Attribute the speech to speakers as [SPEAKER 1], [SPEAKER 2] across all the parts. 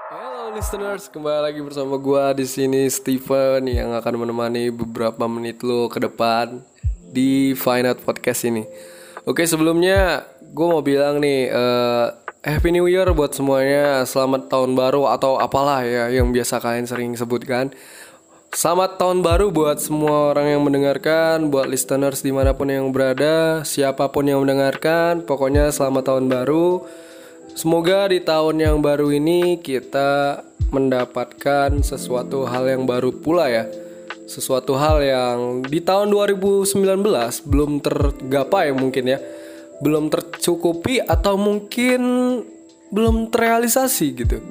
[SPEAKER 1] Hello listeners, kembali lagi bersama gua di sini Steven yang akan menemani beberapa menit lo ke depan di Fine Art Podcast ini. Oke, sebelumnya gua mau bilang nih Happy New Year buat semuanya. Selamat tahun baru atau apalah ya yang biasa kalian sering sebutkan. Selamat tahun baru buat semua orang yang mendengarkan, buat listeners dimanapun yang berada, siapapun yang mendengarkan. Pokoknya selamat tahun baru. Semoga di tahun yang baru ini kita mendapatkan sesuatu hal yang baru pula ya. Sesuatu hal yang di tahun 2019 belum tergapai mungkin ya. Belum tercukupi atau mungkin belum terrealisasi gitu.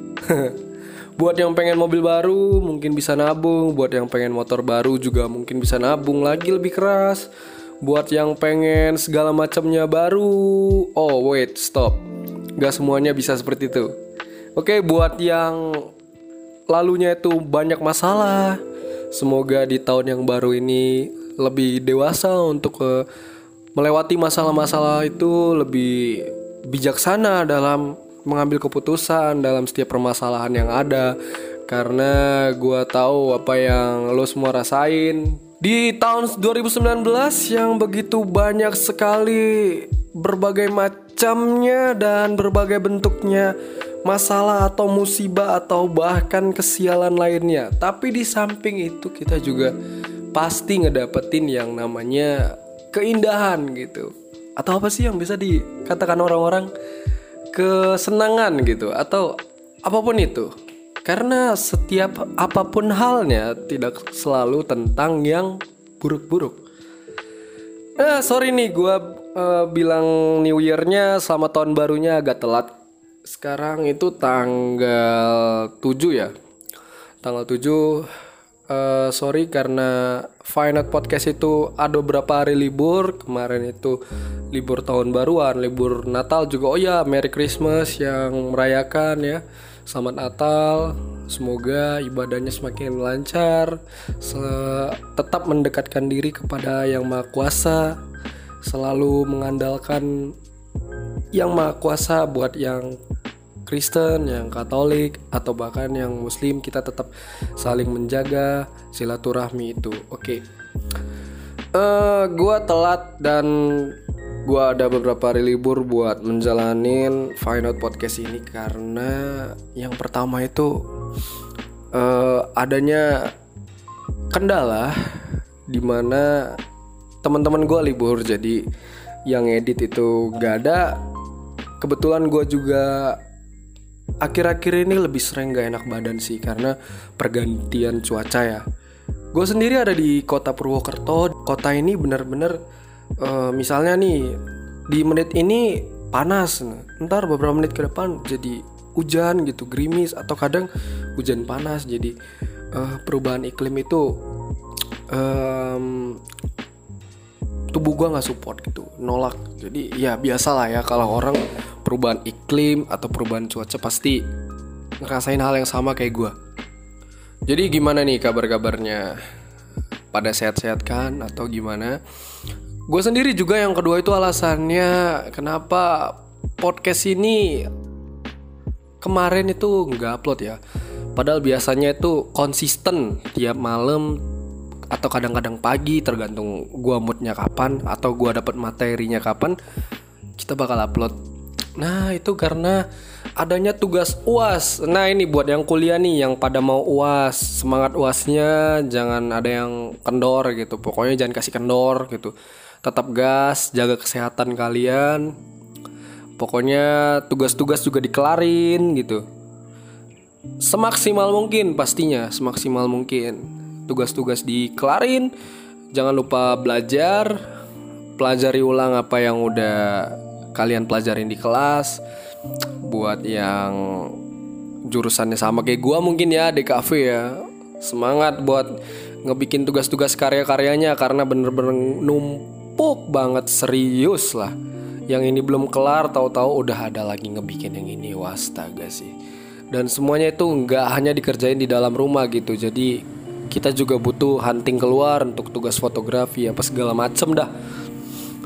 [SPEAKER 1] Buat yang pengen mobil baru mungkin bisa nabung. Buat yang pengen motor baru juga mungkin bisa nabung lagi lebih keras. Buat yang pengen segala macamnya baru. Oh wait, stop. Gak semuanya bisa seperti itu. Oke, buat yang lalunya itu banyak masalah, semoga di tahun yang baru ini lebih dewasa untuk melewati masalah-masalah itu, lebih bijaksana dalam mengambil keputusan dalam setiap permasalahan yang ada. Karena gue tahu apa yang lo semua rasain di tahun 2019 yang begitu banyak sekali berbagai macamnya dan berbagai bentuknya masalah atau musibah atau bahkan kesialan lainnya. Tapi di samping itu kita juga pasti ngedapetin yang namanya keindahan gitu. Atau apa sih yang bisa dikatakan orang-orang, kesenangan gitu atau apapun itu. Karena setiap apapun halnya tidak selalu tentang yang buruk-buruk. Sorry nih gue bilang New Year-nya selamat tahun barunya agak telat. Sekarang itu tanggal 7 ya. Tanggal 7. Sorry karena Fine Art Podcast itu ada beberapa hari libur. Kemarin itu libur tahun baruan, libur Natal juga. Oh ya, Merry Christmas yang merayakan ya. Selamat Natal. Semoga ibadahnya semakin lancar. Tetap mendekatkan diri kepada Yang Maha Kuasa. Selalu mengandalkan Yang Maha Kuasa. Buat yang Kristen, yang Katolik, atau bahkan yang Muslim, kita tetap saling menjaga silaturahmi itu. Oke. Gua telat dan gua ada beberapa hari libur buat menjalanin Fine Art Podcast ini karena yang pertama itu adanya kendala di mana teman-teman gue libur, jadi yang edit itu gak ada. Kebetulan gue juga akhir-akhir ini lebih sering gak enak badan sih karena pergantian cuaca ya. Gue sendiri ada di kota Purwokerto. Kota ini benar-benar misalnya nih di menit ini panas, ntar beberapa menit ke depan jadi hujan gitu, gerimis, atau kadang hujan panas. Jadi perubahan iklim itu tubuh gue nggak support gitu, nolak. Jadi ya biasalah ya kalau orang perubahan iklim atau perubahan cuaca pasti ngerasain hal yang sama kayak gue. Jadi gimana nih kabar-kabarnya? Pada sehat-sehat kan atau gimana? Gue sendiri juga yang kedua itu alasannya kenapa podcast ini kemarin itu nggak upload ya. Padahal biasanya itu konsisten tiap malam atau kadang-kadang pagi, tergantung gua moodnya kapan atau gua dapat materinya kapan, kita bakal upload. Nah itu karena adanya tugas UAS. Nah ini buat yang kuliah nih, yang pada mau UAS, semangat UASnya jangan ada yang kendor gitu. Pokoknya jangan kasih kendor gitu. Tetap gas, jaga kesehatan kalian. Pokoknya tugas-tugas juga dikelarin gitu. Semaksimal mungkin pastinya, semaksimal mungkin. Tugas-tugas dikelarin. Jangan lupa belajar. Pelajari ulang apa yang udah kalian pelajarin di kelas. Buat yang jurusannya sama kayak gua mungkin ya, DKV ya, semangat buat ngebikin tugas-tugas karya-karyanya. Karena bener-bener numpuk banget, serius lah. Yang ini belum kelar, tahu-tahu udah ada lagi ngebikin yang ini. Wastaga sih. Dan semuanya itu gak hanya dikerjain di dalam rumah gitu. Jadi kita juga butuh hunting keluar untuk tugas fotografi apa segala macem dah.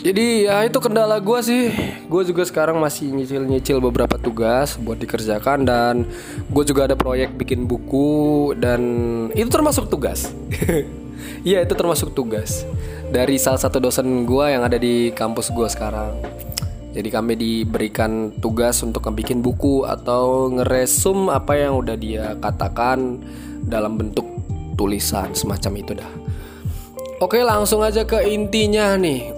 [SPEAKER 1] Jadi ya itu kendala gue sih. Gue juga sekarang masih nyicil beberapa tugas buat dikerjakan. Dan gue juga ada proyek bikin buku. Dan itu termasuk tugas. Iya, itu termasuk tugas dari salah satu dosen gue yang ada di kampus gue sekarang. Jadi kami diberikan tugas untuk bikin buku atau ngeresum apa yang udah dia katakan dalam bentuk tulisan semacam itu dah. Oke, langsung aja ke intinya nih.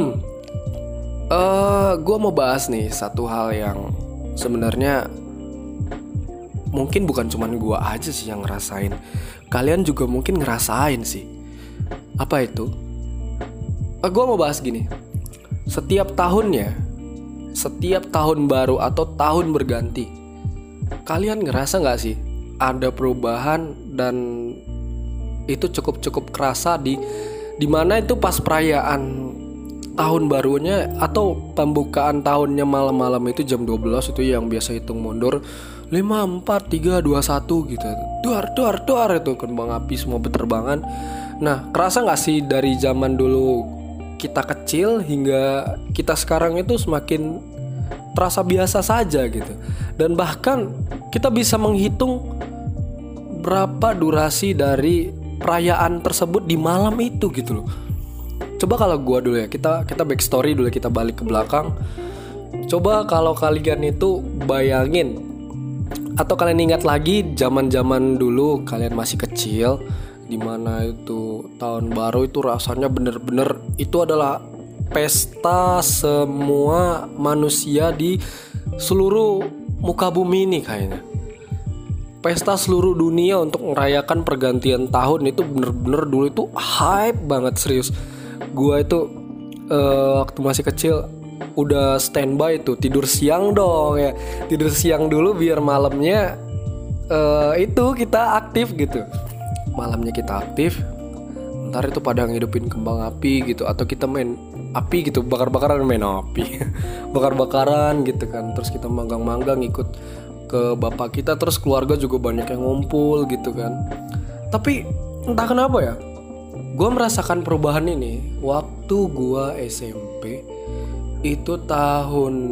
[SPEAKER 1] Gue mau bahas nih satu hal yang sebenarnya mungkin bukan cuman gue aja sih yang ngerasain. Kalian juga mungkin ngerasain sih. Apa itu? Gue mau bahas gini. Setiap tahunnya, setiap tahun baru atau tahun berganti, kalian ngerasa gak sih ada perubahan dan itu cukup kerasa di mana itu pas perayaan tahun barunya atau pembukaan tahunnya malam-malam itu jam 12 itu yang biasa hitung mundur 5, 4, 3, 2, 1 gitu. Duar itu kembang api semua berterbangan. Nah, kerasa gak sih dari zaman dulu kita kecil hingga kita sekarang itu semakin terasa biasa saja gitu. Dan bahkan kita bisa menghitung berapa durasi dari perayaan tersebut di malam itu gitu loh. Coba kalau gue dulu ya, kita backstory dulu, kita balik ke belakang. Coba kalau kalian itu bayangin atau kalian ingat lagi zaman-zaman dulu kalian masih kecil, dimana itu tahun baru itu rasanya bener-bener itu adalah pesta semua manusia di seluruh muka bumi ini kayaknya. Pesta seluruh dunia untuk merayakan pergantian tahun itu bener-bener dulu itu hype banget, serius. Gua itu waktu masih kecil udah standby tuh tidur siang dong ya. Tidur siang dulu biar malamnya itu kita aktif gitu. Malamnya kita aktif, ntar itu pada ngidupin kembang api gitu. Atau kita main api gitu, bakar-bakaran, main api bakar-bakaran gitu kan. Terus kita manggang-manggang ikut ke bapak kita. Terus keluarga juga banyak yang ngumpul gitu kan. Tapi entah kenapa ya, gue merasakan perubahan ini waktu gue SMP. Itu tahun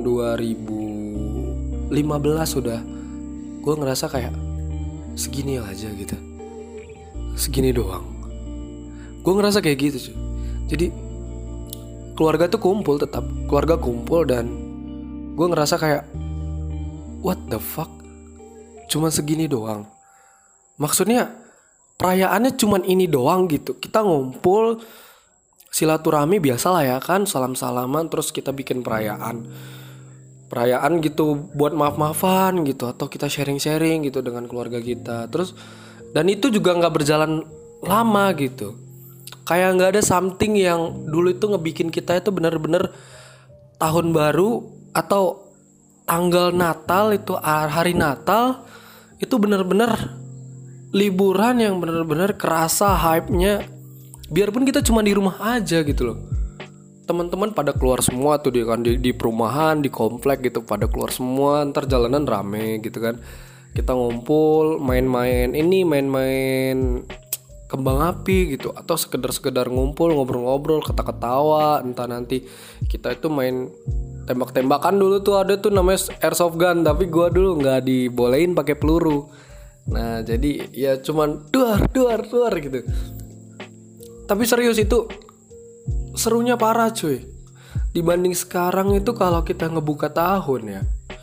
[SPEAKER 1] 2015 sudah. Gue ngerasa kayak segini aja gitu, segini doang. Gue ngerasa kayak gitu cuy. Jadi keluarga tuh kumpul, tetap keluarga kumpul. Dan gue ngerasa kayak what the fuck, cuma segini doang. Maksudnya perayaannya cuman ini doang gitu. Kita ngumpul silaturahmi biasalah ya kan, salam-salaman, terus kita bikin perayaan gitu buat maaf-maafan gitu, atau kita sharing-sharing gitu dengan keluarga kita. Terus dan itu juga nggak berjalan lama gitu. Kayak nggak ada something yang dulu itu ngebikin kita itu bener-bener tahun baru atau tanggal Natal itu, hari Natal itu bener-bener liburan yang bener-bener kerasa hype-nya. Biarpun kita cuma di rumah aja gitu loh. Teman-teman pada keluar semua tuh dia kan di perumahan, di komplek gitu, pada keluar semua, ntar jalanan rame gitu kan. Kita ngumpul, main-main kembang api gitu, atau sekedar ngumpul, ngobrol-ngobrol, ketawa-ketawa. Entah nanti kita itu main tembak-tembakan. Dulu tuh ada tuh namanya airsoft gun, tapi gua dulu nggak dibolehin pakai peluru. Nah jadi ya cuman duar gitu. Tapi serius itu serunya parah cuy. Dibanding sekarang itu kalau kita ngebuka tahun ya,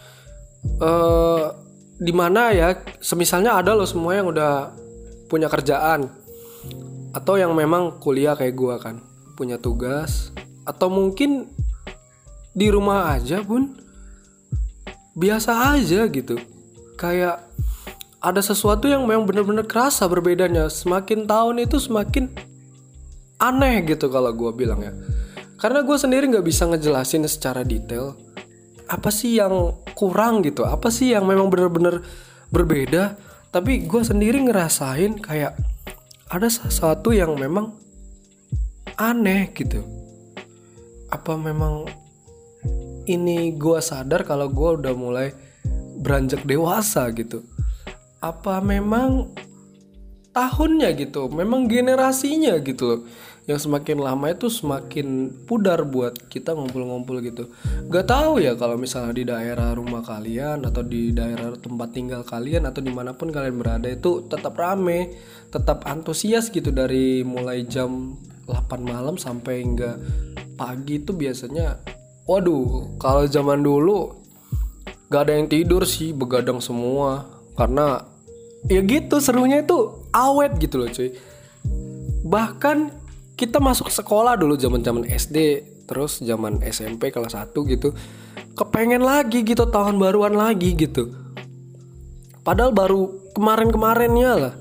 [SPEAKER 1] dimana ya semisalnya ada loh semua yang udah punya kerjaan, atau yang memang kuliah kayak gua kan, punya tugas, atau mungkin di rumah aja pun biasa aja gitu. Kayak ada sesuatu yang memang benar-benar kerasa berbedanya. Semakin tahun itu semakin aneh gitu kalau gue bilang ya. Karena gue sendiri gak bisa ngejelasin secara detail apa sih yang kurang gitu, apa sih yang memang benar-benar berbeda. Tapi gue sendiri ngerasain kayak ada sesuatu yang memang aneh gitu. Apa memang ini gue sadar kalau gue udah mulai beranjak dewasa gitu. Apa memang tahunnya gitu, memang generasinya gitu loh, Yang semakin lama itu semakin pudar buat kita ngumpul-ngumpul gitu. Gak tahu ya kalau misalnya di daerah rumah kalian atau di daerah tempat tinggal kalian atau dimanapun kalian berada itu tetap rame, tetap antusias gitu dari mulai jam 8 malam sampai hingga pagi itu biasanya. Waduh, kalau zaman dulu gak ada yang tidur sih, begadang semua. Karena ya gitu serunya itu awet gitu loh cuy. Bahkan kita masuk sekolah dulu zaman-zaman SD, terus zaman SMP kelas 1 gitu. Kepengen lagi gitu tahun baruan lagi gitu. Padahal baru kemarin-kemarinnya lah.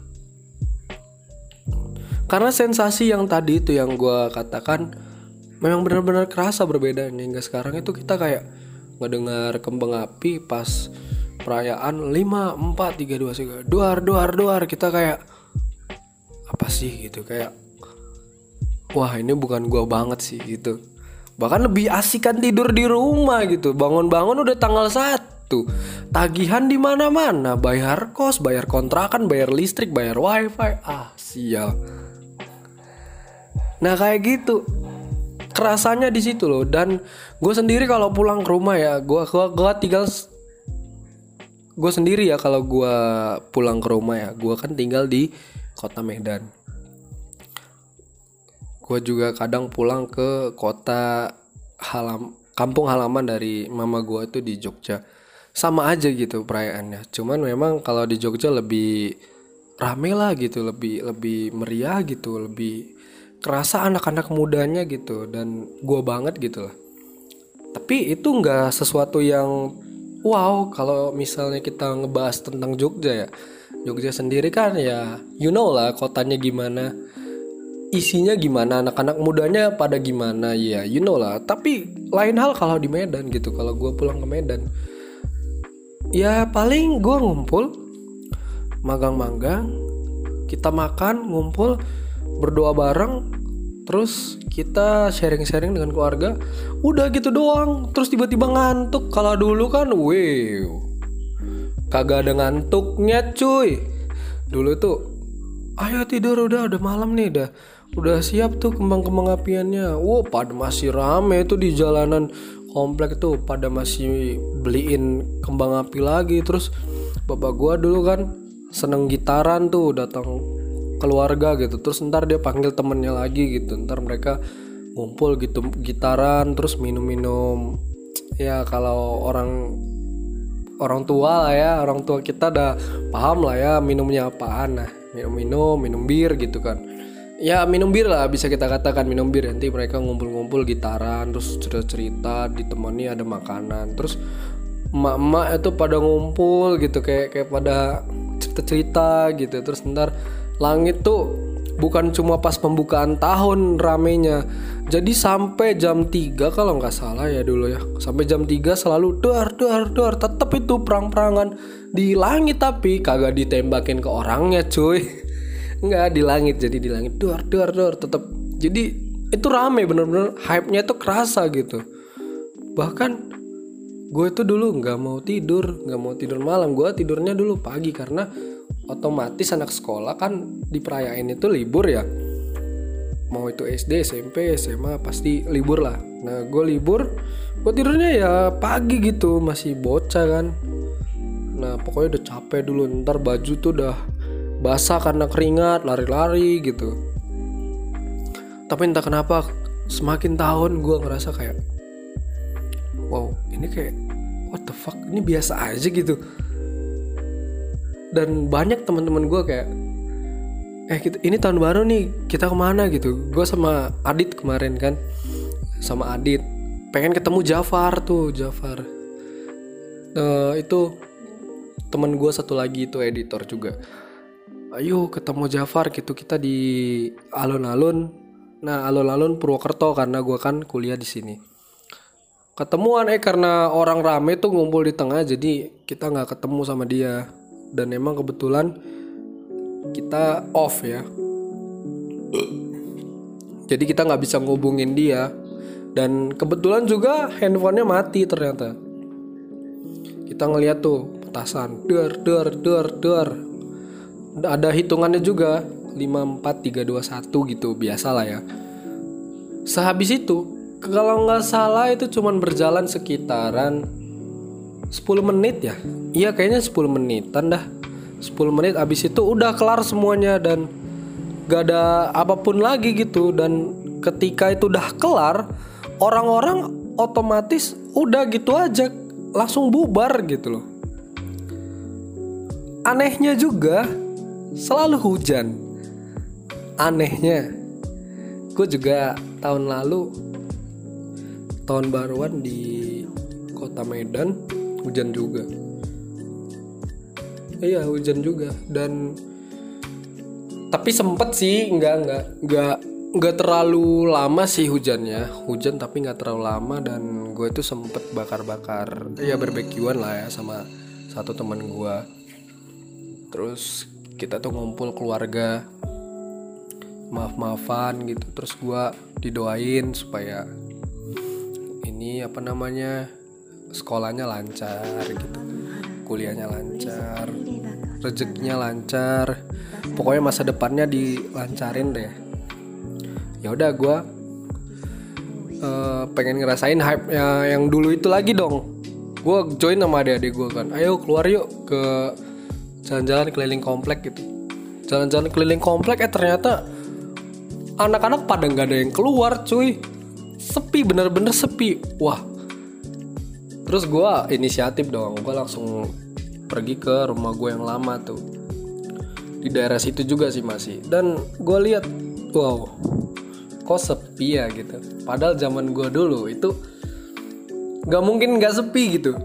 [SPEAKER 1] Karena sensasi yang tadi itu yang gue katakan memang benar-benar kerasa berbeda nih. Hingga sekarang itu kita kayak ngedengar kembang api pas perayaan 5, 4, 3, 2, 1 duar. Kita kayak apa sih gitu, kayak wah ini bukan gua banget sih gitu. Bahkan lebih asikan tidur di rumah gitu. Bangun-bangun udah tanggal 1. Tagihan di mana-mana, bayar kos, bayar kontrakan, bayar listrik, bayar wifi. Sial. Nah kayak gitu. Kerasanya di situ loh. Dan gue sendiri kalau pulang ke rumah ya, gue tinggal, gue sendiri ya kalau gue pulang ke rumah ya, gue kan tinggal di kota Medan. Gue juga kadang pulang ke kampung halaman dari mama gue itu di Jogja. Sama aja gitu perayaannya. Cuman memang kalau di Jogja lebih rame lah gitu, lebih meriah gitu, lebih kerasa anak-anak mudanya gitu, dan gue banget gitu lah. Tapi itu nggak sesuatu yang wow kalau misalnya kita ngebahas tentang Jogja ya. Jogja sendiri kan ya you know lah kotanya gimana, isinya gimana, anak-anak mudanya pada gimana ya you know lah. Tapi lain hal kalau di Medan gitu. Kalau gue pulang ke Medan ya paling gue ngumpul, magang-magang, kita makan, ngumpul, berdoa bareng, terus kita sharing-sharing dengan keluarga. Udah gitu doang. Terus tiba-tiba ngantuk. Kalau dulu kan kagak ada ngantuknya cuy. Dulu tuh ayo tidur, udah malam nih, udah siap tuh kembang-kembang apiannya. Pada masih rame tuh di jalanan komplek tuh, pada masih beliin kembang api lagi. Terus bapak gua dulu kan seneng gitaran tuh, datang keluarga gitu. Terus ntar dia panggil temennya lagi gitu. Ntar mereka ngumpul gitu gitaran, terus minum-minum. Ya kalau orang tua lah ya, orang tua kita udah paham lah ya minumnya apaan. Nah minum bir gitu kan. Ya minum bir lah bisa kita katakan minum bir. Nanti mereka ngumpul-ngumpul gitaran, terus cerita-cerita, ditemani ada makanan. Terus emak-emak itu pada ngumpul gitu, kayak pada cerita-cerita gitu. Terus ntar langit tuh bukan cuma pas pembukaan tahun ramenya. Jadi sampai jam 3 kalau nggak salah ya dulu ya, sampai jam 3 selalu duar. Tetep itu perang-perangan di langit, tapi kagak ditembakin ke orangnya cuy. Nggak di langit, jadi di langit duar tetep. Jadi itu rame, bener-bener hype-nya tuh kerasa gitu. Bahkan gue itu dulu nggak mau tidur malam. Gue tidurnya dulu pagi karena otomatis anak sekolah kan di perayaan itu libur ya. Mau itu SD, SMP, SMA pasti libur lah. Nah gue libur, gue tidurnya ya pagi gitu, masih bocah kan. Nah pokoknya udah capek dulu, ntar baju tuh udah basah karena keringat, lari-lari gitu. Tapi entah kenapa semakin tahun gue ngerasa kayak wow ini kayak what the fuck, ini biasa aja gitu. Dan banyak teman-teman gue kayak ini tahun baru nih, kita kemana gitu. Gue sama Adit kemarin kan, sama Adit pengen ketemu Jafar. Itu teman gue satu lagi itu editor juga. Ayo ketemu Jafar gitu, kita di alun-alun. Nah alun-alun Purwokerto karena gue kan kuliah di sini. Ketemuan karena orang rame tuh ngumpul di tengah, jadi kita nggak ketemu sama dia. Dan emang kebetulan kita off ya, jadi kita nggak bisa ngubungin dia. Dan kebetulan juga handphonenya mati ternyata. Kita ngeliat tuh petasan, dar. Ada hitungannya juga, 5, 4, 3, 2, 1 gitu, biasalah ya. Sehabis itu, kalau nggak salah itu cuman berjalan sekitaran 10 menit ya. Iya kayaknya 10 menitan dah. 10 menit abis itu udah kelar semuanya dan gak ada apapun lagi gitu. Dan ketika itu udah kelar, orang-orang otomatis udah gitu aja langsung bubar gitu loh. Anehnya juga selalu hujan. Anehnya, gue juga tahun lalu tahun baruan di kota Medan hujan juga. Iya hujan juga. Dan tapi sempet sih nggak terlalu lama sih hujannya. Hujan tapi nggak terlalu lama. Dan gue tuh sempet bakar-bakar ya barbekyuan lah ya sama satu teman gue. Terus kita tuh ngumpul keluarga, maaf-maafan gitu. Terus gue didoain supaya ini sekolahnya lancar gitu, kuliahnya lancar, rezekinya lancar, pokoknya masa depannya dilancarin deh. Ya udah gue pengen ngerasain hype yang dulu itu lagi dong. Gue join sama adik-adik gue kan, ayo keluar yuk ke jalan-jalan keliling komplek gitu. Jalan-jalan keliling komplek ternyata anak-anak pada nggak ada yang keluar cuy. Sepi, bener-bener sepi. Wah. Terus gue inisiatif dong. Gue langsung pergi ke rumah gue yang lama tuh. Di daerah situ juga sih masih. Dan gue lihat, wow, kok sepi ya gitu. Padahal zaman gue dulu itu gak mungkin gak sepi gitu.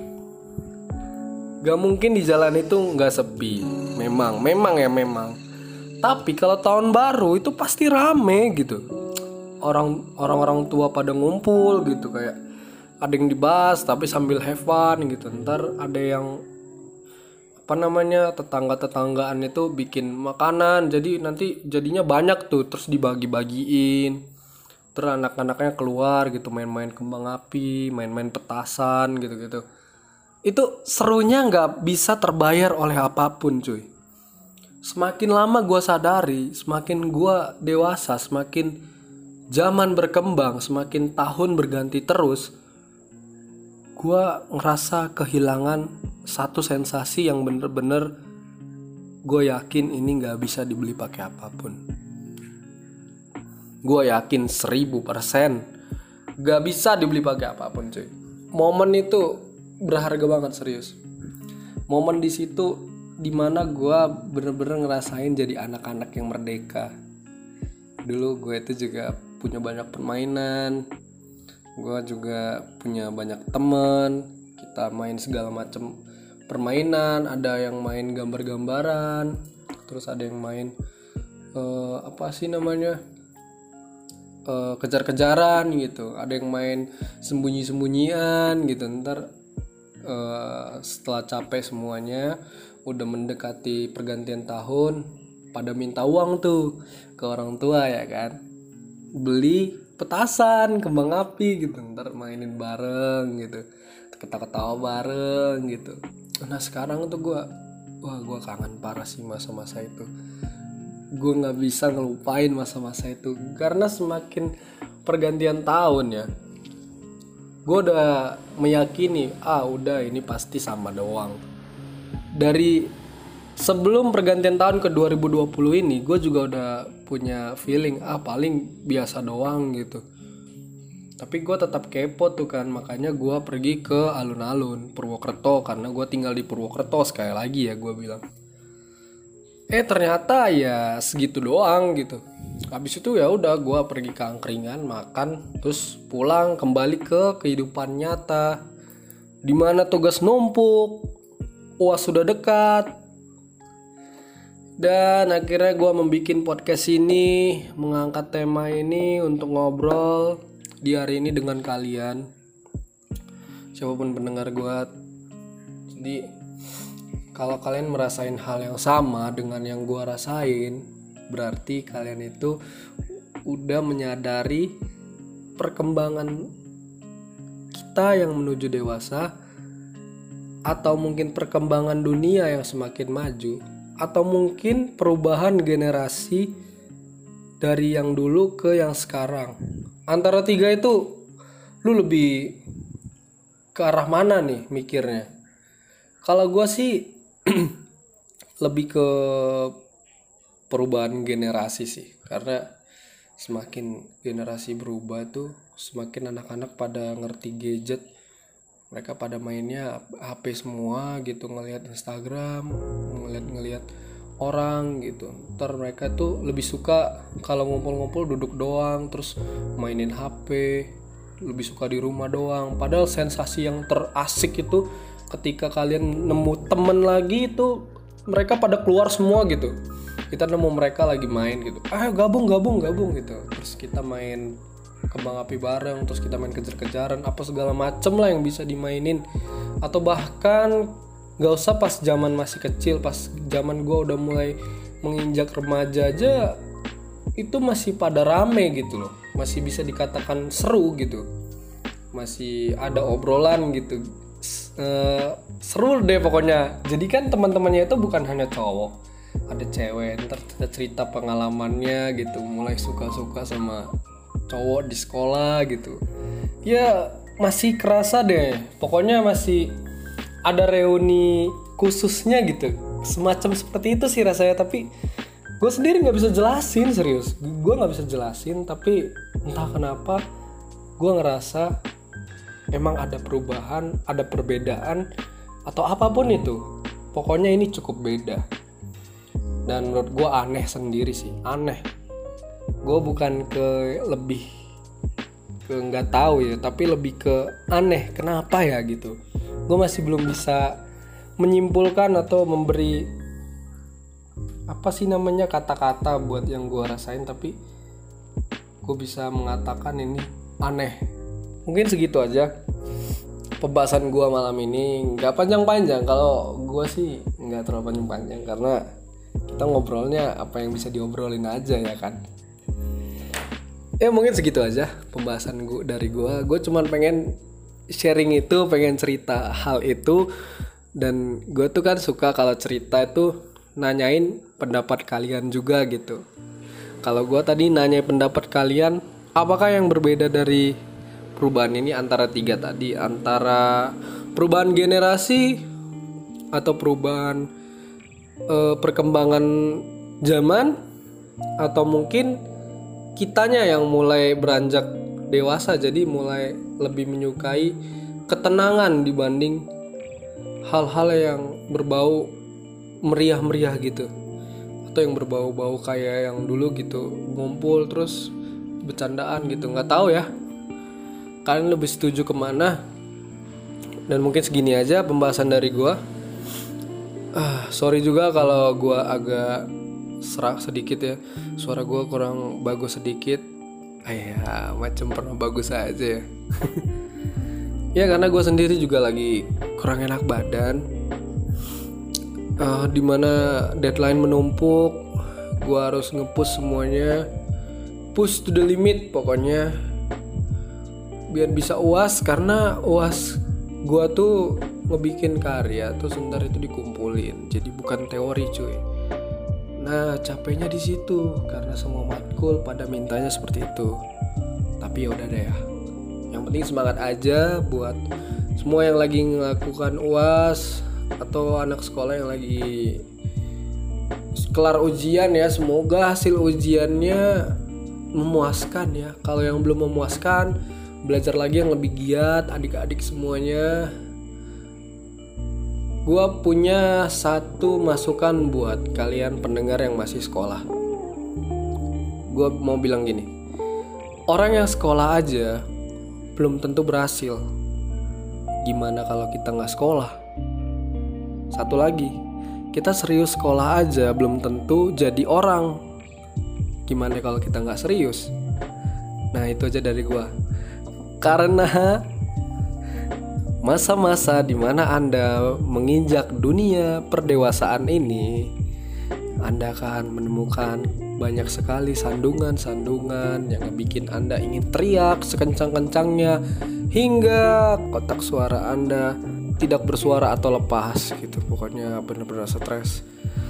[SPEAKER 1] Gak mungkin di jalan itu gak sepi. Memang. Tapi kalau tahun baru itu pasti rame gitu. Orang-orang tua pada ngumpul gitu, kayak ada yang dibahas tapi sambil have fun gitu. Ntar ada yang tetangga-tetanggaan itu bikin makanan, jadi nanti jadinya banyak tuh, terus dibagi-bagiin. Terus anak-anaknya keluar gitu, main-main kembang api, main-main petasan gitu-gitu. Itu serunya nggak bisa terbayar oleh apapun cuy. Semakin lama gue sadari, semakin gue dewasa, semakin zaman berkembang, semakin tahun berganti terus, gue ngerasa kehilangan satu sensasi yang bener-bener gue yakin ini gak bisa dibeli pakai apapun. Gue yakin 1000% gak bisa dibeli pakai apapun cuy. Momen itu berharga banget, serius. Momen di situ dimana gue bener-bener ngerasain jadi anak-anak yang merdeka. Dulu gue itu juga punya banyak permainan, gue juga punya banyak temen, kita main segala macam permainan. Ada yang main gambar-gambaran, terus ada yang main kejar-kejaran gitu, ada yang main sembunyi-sembunyian gitu. Ntar setelah capek semuanya, udah mendekati pergantian tahun, pada minta uang tuh ke orang tua ya kan, beli petasan, kembang api gitu, ntar mainin bareng gitu, ketawa-ketawa bareng gitu. Nah sekarang tuh gue kangen parah sih masa-masa itu. Gue nggak bisa ngelupain masa-masa itu, karena semakin pergantian tahun ya, gue udah meyakini udah ini pasti sama doang. Dari sebelum pergantian tahun ke 2020 ini, gue juga udah punya feeling paling biasa doang gitu. Tapi gue tetap kepo tuh kan, makanya gue pergi ke alun-alun Purwokerto, karena gue tinggal di Purwokerto. Sekali lagi ya gue bilang, ternyata ya segitu doang gitu. Habis itu ya udah gue pergi ke angkringan, makan, terus pulang kembali ke kehidupan nyata, dimana tugas numpuk, UAS sudah dekat. Dan akhirnya gue membuat podcast ini, mengangkat tema ini untuk ngobrol di hari ini dengan kalian, siapapun pendengar gue. Jadi kalau kalian merasain hal yang sama dengan yang gue rasain, berarti kalian itu udah menyadari perkembangan kita yang menuju dewasa, atau mungkin perkembangan dunia yang semakin maju. atau mungkin perubahan generasi dari yang dulu ke yang sekarang. Antara tiga itu lu lebih ke arah mana nih mikirnya? Kalau gue sih lebih ke perubahan generasi sih, karena semakin generasi berubah tuh semakin anak-anak pada ngerti gadget. Mereka pada mainnya HP semua gitu, ngelihat Instagram, ngelihat orang gitu. Ntar mereka tuh lebih suka kalau ngumpul-ngumpul duduk doang, terus mainin HP, lebih suka di rumah doang. Padahal sensasi yang terasik itu ketika kalian nemu temen lagi itu mereka pada keluar semua gitu. Kita nemu mereka lagi main gitu, ayo gabung gitu. Terus kita main kembang api bareng, terus kita main kejar-kejaran, apa segala macem lah yang bisa dimainin. Atau bahkan gak usah pas zaman masih kecil, pas zaman gue udah mulai menginjak remaja aja itu masih pada rame gitu loh, masih bisa dikatakan seru gitu, masih ada obrolan gitu. Seru deh pokoknya. Jadi kan teman-temannya itu bukan hanya cowok, ada cewek, ntar cerita pengalamannya gitu, mulai suka-suka sama cowok di sekolah gitu. Ya masih kerasa deh, pokoknya masih ada reuni khususnya gitu, semacam seperti itu sih rasanya. Tapi gue sendiri nggak bisa jelasin, serius gue nggak bisa jelasin. Tapi entah kenapa gue ngerasa emang ada perubahan, ada perbedaan atau apapun itu, pokoknya ini cukup beda. Dan menurut gue aneh sendiri sih, aneh. Gue bukan ke lebih ke nggak tahu ya, tapi lebih ke aneh, kenapa ya gitu. Gue masih belum bisa menyimpulkan atau memberi apa sih namanya kata-kata buat yang gue rasain, tapi gue bisa mengatakan ini aneh. Mungkin segitu aja pembahasan gue malam ini, nggak panjang-panjang. Kalau gue sih nggak terlalu panjang-panjang karena kita ngobrolnya apa yang bisa diobrolin aja ya kan. Ya mungkin segitu aja pembahasan dari gue. Gue cuman pengen sharing itu, pengen cerita hal itu. Dan gue tuh kan suka kalau cerita itu nanyain pendapat kalian juga gitu. Kalau gue tadi nanya pendapat kalian, apakah yang berbeda dari perubahan ini antara tiga tadi, antara perubahan generasi atau perubahan perkembangan zaman, atau mungkin kitanya yang mulai beranjak dewasa jadi mulai lebih menyukai ketenangan dibanding hal-hal yang berbau meriah-meriah gitu, atau yang berbau-bau kayak yang dulu gitu, ngumpul terus bercandaan gitu. Nggak tahu ya kalian lebih setuju kemana. Dan mungkin segini aja pembahasan dari gue. Sorry juga kalau gue agak serak sedikit ya, suara gue kurang bagus sedikit. Ya macam pernah bagus aja ya. Ya karena gue sendiri juga lagi kurang enak badan, dimana deadline menumpuk. Gue harus nge-push semuanya, push to the limit pokoknya, biar bisa UAS. Karena UAS gue tuh ngebikin karya terus ntar itu dikumpulin, jadi bukan teori cuy. Nah capeknya di situ karena semua matkul pada mintanya seperti itu. Tapi ya udah deh ya, yang penting semangat aja buat semua yang lagi melakukan UAS atau anak sekolah yang lagi kelar ujian ya. Semoga hasil ujiannya memuaskan ya. Kalau yang belum memuaskan, belajar lagi yang lebih giat adik-adik semuanya. Gua punya satu masukan buat kalian pendengar yang masih sekolah. Gua mau bilang gini, orang yang sekolah aja belum tentu berhasil. Gimana kalau kita gak sekolah? Satu lagi, kita serius sekolah aja belum tentu jadi orang. Gimana kalau kita gak serius? Nah itu aja dari gua. Karena masa-masa dimana Anda menginjak dunia perdewasaan ini, Anda akan menemukan banyak sekali sandungan-sandungan yang bikin Anda ingin teriak sekencang-kencangnya hingga kotak suara Anda tidak bersuara atau lepas gitu. Pokoknya benar-benar stres.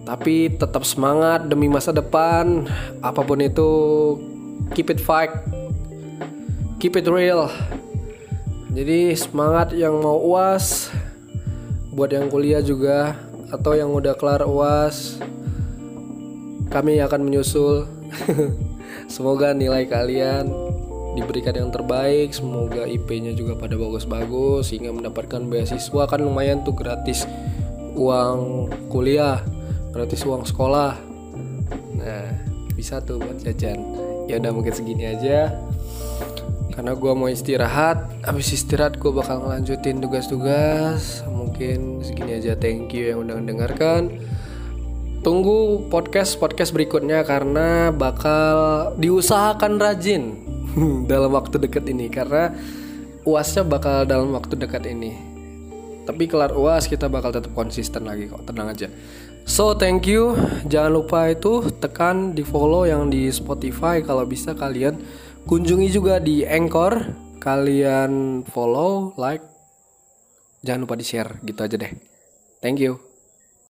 [SPEAKER 1] Tapi tetap semangat demi masa depan. Apapun itu, keep it fight, keep it real. Jadi semangat yang mau UAS, buat yang kuliah juga atau yang udah kelar UAS, kami akan menyusul. Semoga nilai kalian diberikan yang terbaik. Semoga IP-nya juga pada bagus-bagus sehingga mendapatkan beasiswa. Kan lumayan tuh, gratis uang kuliah, gratis uang sekolah. Nah, bisa tuh buat jajan. Ya udah, mungkin segini aja karena gue mau istirahat. Habis istirahat gue bakal ngelanjutin tugas-tugas. Mungkin segini aja. Thank you yang udah mendengarkan. Tunggu podcast berikutnya karena bakal diusahakan rajin dalam waktu dekat ini, karena UASnya bakal dalam waktu dekat ini. Tapi kelar UAS kita bakal tetap konsisten lagi kok, tenang aja. So thank you. Jangan lupa itu tekan di follow yang di Spotify. Kalau bisa kalian kunjungi juga di Anchor. Kalian follow, like, jangan lupa di share, gitu aja deh. Thank you.